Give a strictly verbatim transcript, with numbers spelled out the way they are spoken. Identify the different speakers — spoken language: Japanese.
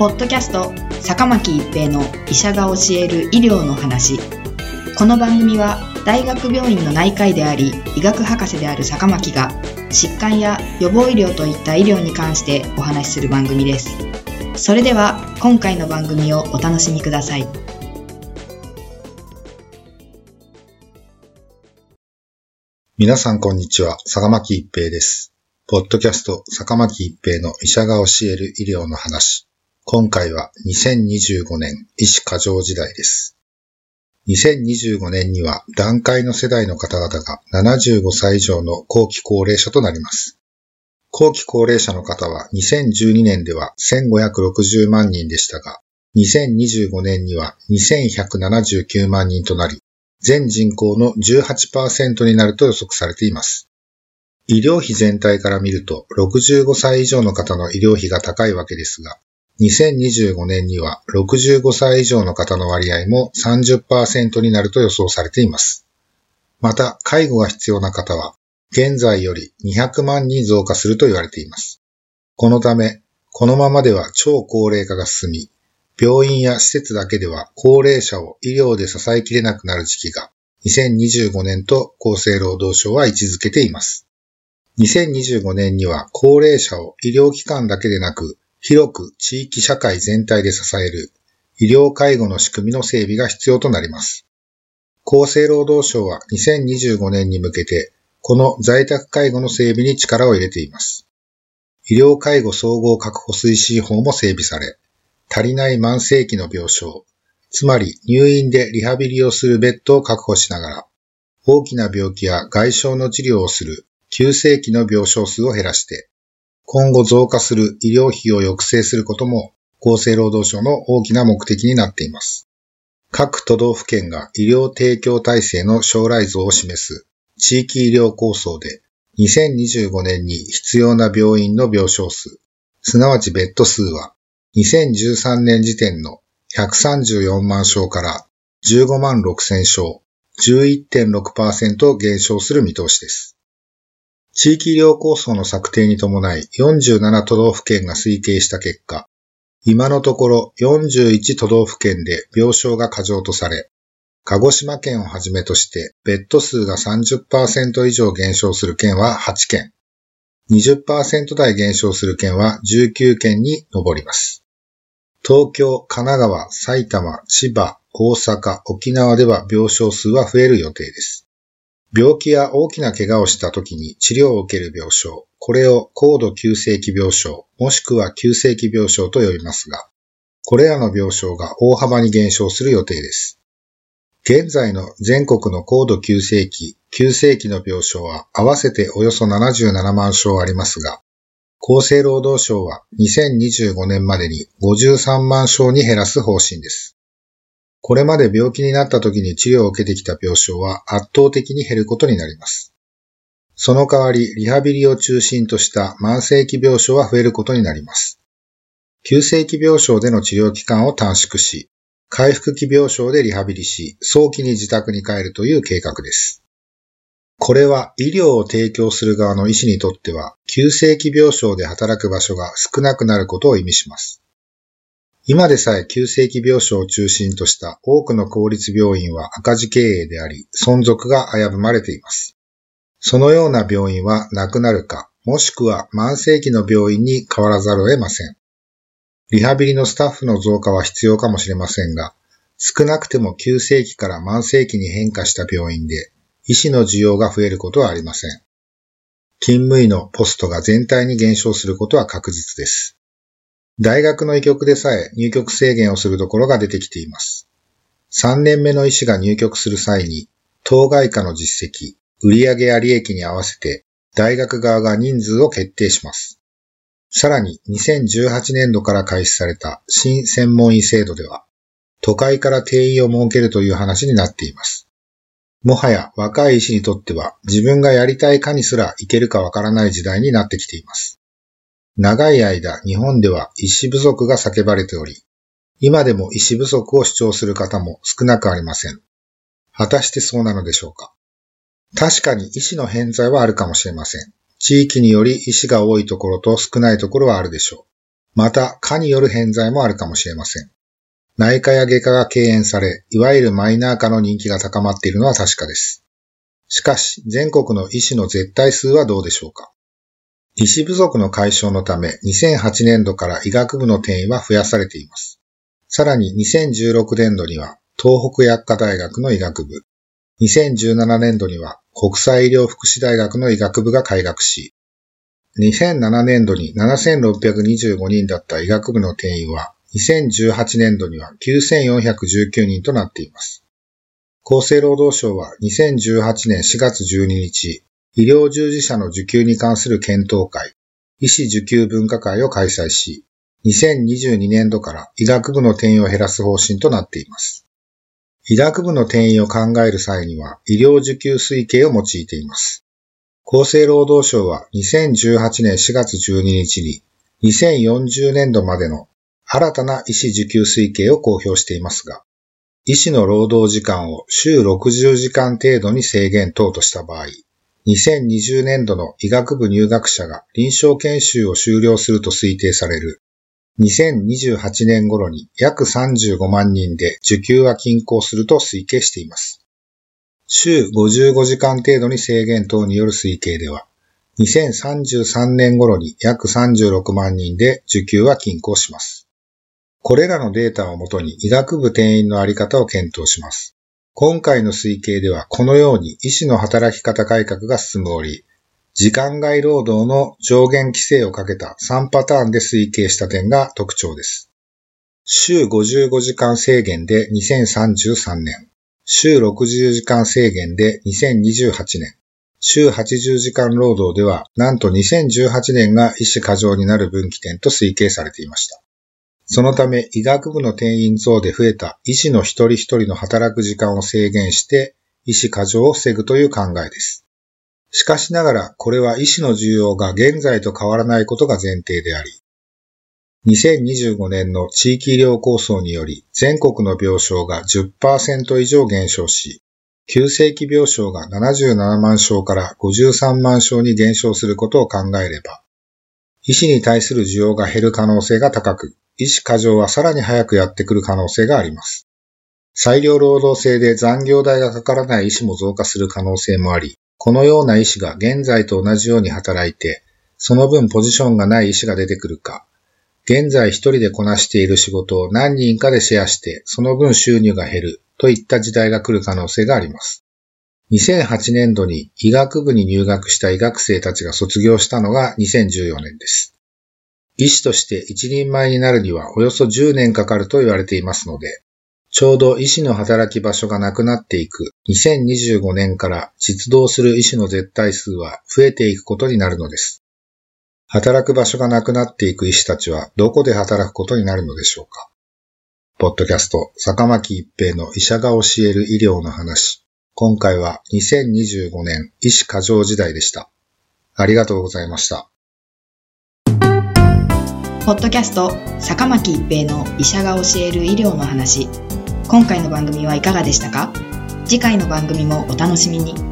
Speaker 1: ポッドキャスト坂巻一平の医者が教える医療の話。この番組は大学病院の内科医であり医学博士である坂巻が疾患や予防医療といった医療に関してお話しする番組です。それでは今回の番組をお楽しみください。
Speaker 2: 皆さんこんにちは、坂巻一平です。ポッドキャスト坂巻一平の医者が教える医療の話。今回はにせんにじゅうごねん医師過剰時代です。にせんにじゅうごねんには団塊の世代の方々がななじゅうごさい以上の後期高齢者となります。後期高齢者の方はにせんじゅうにねんではせんごひゃくろくじゅうまんにんでしたが、にせんにじゅうごねんにはにせんひゃくななじゅうきゅうまんにんとなり、全人口の じゅうはちパーセント になると予測されています。医療費全体から見るとろくじゅうごさい以上の方の医療費が高いわけですが、にせんにじゅうごねんにはろくじゅうごさい以上の方の割合も さんじゅっパーセント になると予想されています。また、介護が必要な方は現在よりにひゃくまんにん増加すると言われています。このため、このままでは超高齢化が進み、病院や施設だけでは高齢者を医療で支えきれなくなる時期がにせんにじゅうごねんと厚生労働省は位置づけています。にせんにじゅうごねんには高齢者を医療機関だけでなく広く地域社会全体で支える医療介護の仕組みの整備が必要となります。厚生労働省はにせんにじゅうごねんに向けてこの在宅介護の整備に力を入れています。医療介護総合確保推進法も整備され、足りない慢性期の病床、つまり入院でリハビリをするベッドを確保しながら、大きな病気や外傷の治療をする急性期の病床数を減らして、今後増加する医療費を抑制することも厚生労働省の大きな目的になっています。各都道府県が医療提供体制の将来像を示す地域医療構想で、にせんにじゅうごねんに必要な病院の病床数、すなわちベッド数は、にせんじゅうさんねん時点のひゃくさんじゅうよんまんしょうからじゅうごまんろくせんしょう、じゅういってんろくパーセント 減少する見通しです。地域医療構想の策定に伴いよんじゅうななとどうふけんが推計した結果、今のところよんじゅういちとどうふけんで病床が過剰とされ、鹿児島県をはじめとしてベッド数が さんじゅっパーセント 以上減少する県ははちけん、にじゅっパーセント 台減少する県はじゅうきゅうけんに上ります。東京、神奈川、埼玉、千葉、大阪、沖縄では病床数は増える予定です。病気や大きな怪我をした時に治療を受ける病床、これを高度急性期病床、もしくは急性期病床と呼びますが、これらの病床が大幅に減少する予定です。現在の全国の高度急性期、急性期の病床は合わせておよそななじゅうななまんしょうありますが、厚生労働省はにせんにじゅうごねんまでにごじゅうさんまんしょうに減らす方針です。これまで病気になった時に治療を受けてきた病床は圧倒的に減ることになります。その代わりリハビリを中心とした慢性期病床は増えることになります。急性期病床での治療期間を短縮し、回復期病床でリハビリし、早期に自宅に帰るという計画です。これは医療を提供する側の医師にとっては、急性期病床で働く場所が少なくなることを意味します。今でさえ急性期病床を中心とした多くの公立病院は赤字経営であり、存続が危ぶまれています。そのような病院はなくなるか、もしくは慢性期の病院に変わらざるを得ません。リハビリのスタッフの増加は必要かもしれませんが、少なくても急性期から慢性期に変化した病院で、医師の需要が増えることはありません。勤務医のポストが全体に減少することは確実です。大学の医局でさえ入局制限をするところが出てきています。さんねんめの医師が入局する際に、当該科の実績、売上や利益に合わせて大学側が人数を決定します。さらににせんじゅうはちねんどから開始された新専門医制度では、都会から定員を設けるという話になっています。もはや若い医師にとっては自分がやりたい科にすら行けるかわからない時代になってきています。長い間日本では医師不足が叫ばれており、今でも医師不足を主張する方も少なくありません。果たしてそうなのでしょうか。確かに医師の偏在はあるかもしれません。地域により医師が多いところと少ないところはあるでしょう。 また、蚊による偏在もあるかもしれません。内科や外科が敬遠され、いわゆるマイナー科の人気が高まっているのは確かです。しかし、全国の医師の絶対数はどうでしょうか。医師不足の解消のため、にせんはちねんどから医学部の定員は増やされています。さらににせんじゅうろくねんどには、東北薬科大学の医学部、にせんじゅうななねんどには国際医療福祉大学の医学部が開学し、にせんななねんどにななせんろっぴゃくにじゅうごにんだった医学部の定員は、にせんじゅうはちねんどにはきゅうせんよんひゃくじゅうきゅうにんとなっています。厚生労働省はにせんじゅうはちねんしがつじゅうににち、医療従事者の受給に関する検討会、医師受給分科会を開催し、にせんにじゅうにねんどから医学部の定員を減らす方針となっています。医学部の定員を考える際には医療受給推計を用いています。厚生労働省はにせんじゅうはちねんしがつじゅうににちににせんよんじゅうねんどまでの新たな医師受給推計を公表していますが、医師の労働時間を週ろくじゅうじかん程度に制限等とした場合、にせんにじゅうねんどの医学部入学者が臨床研修を修了すると推定されるにせんにじゅうはちねん頃に約さんじゅうごまんにんで受給は均衡すると推計しています。週ごじゅうごじかん程度に制限等による推計では、にせんさんじゅうさんねん頃に約さんじゅうろくまんにんで受給は均衡します。これらのデータをもとに医学部定員のあり方を検討します。今回の推計ではこのように医師の働き方改革が進む折、時間外労働の上限規制をかけたさんパターンで推計した点が特徴です。週ごじゅうごじかん制限でにせんさんじゅうさんねん、週ろくじゅうじかん制限でにせんにじゅうはちねん、週はちじゅうじかん労働ではなんとにせんじゅうはちねんが医師過剰になる分岐点と推計されていました。そのため医学部の定員増で増えた医師の一人一人の働く時間を制限して医師過剰を防ぐという考えです。しかしながらこれは医師の需要が現在と変わらないことが前提であり、にせんにじゅうごねんの地域医療構想により全国の病床が じゅっパーセント 以上減少し、急性期病床がななじゅうななまんしょうからごじゅうさんまんしょうに減少することを考えれば、医師に対する需要が減る可能性が高く、医師過剰はさらに早くやってくる可能性があります。裁量労働制で残業代がかからない医師も増加する可能性もあり、このような医師が現在と同じように働いて、その分ポジションがない医師が出てくるか、現在一人でこなしている仕事を何人かでシェアして、その分収入が減るといった時代が来る可能性があります。にせんはちねんどに医学部に入学した医学生たちが卒業したのがにせんじゅうよねんです。医師として一人前になるにはおよそじゅうねんかかると言われていますので、ちょうど医師の働き場所がなくなっていくにせんにじゅうごねんから実動する医師の絶対数は増えていくことになるのです。働く場所がなくなっていく医師たちはどこで働くことになるのでしょうか。ポッドキャスト、坂巻一平の医者が教える医療の話。今回はにせんにじゅうごねん医師過剰時代でした。ありがとうございました。
Speaker 1: ポッドキャスト、坂巻一平の医者が教える医療の話。今回の番組はいかがでしたか？次回の番組もお楽しみに。